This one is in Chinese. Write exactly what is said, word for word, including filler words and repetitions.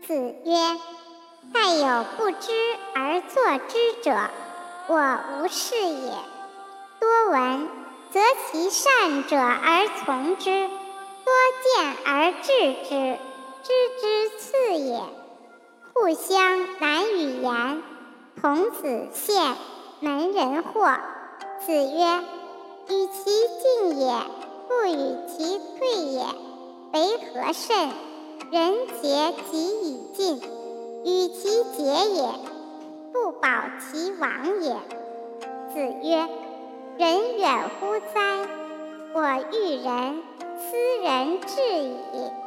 子曰：盖有不知而作之者，我无是也。多闻，择其善者而从之；多见而治之，知之次也。互相难与言。童子见门人惑。子曰：与其进也，不与其退也，为何甚？人杰即以进，与其节也，不保其亡也。子曰：人远乎哉！我欲人，斯人至矣。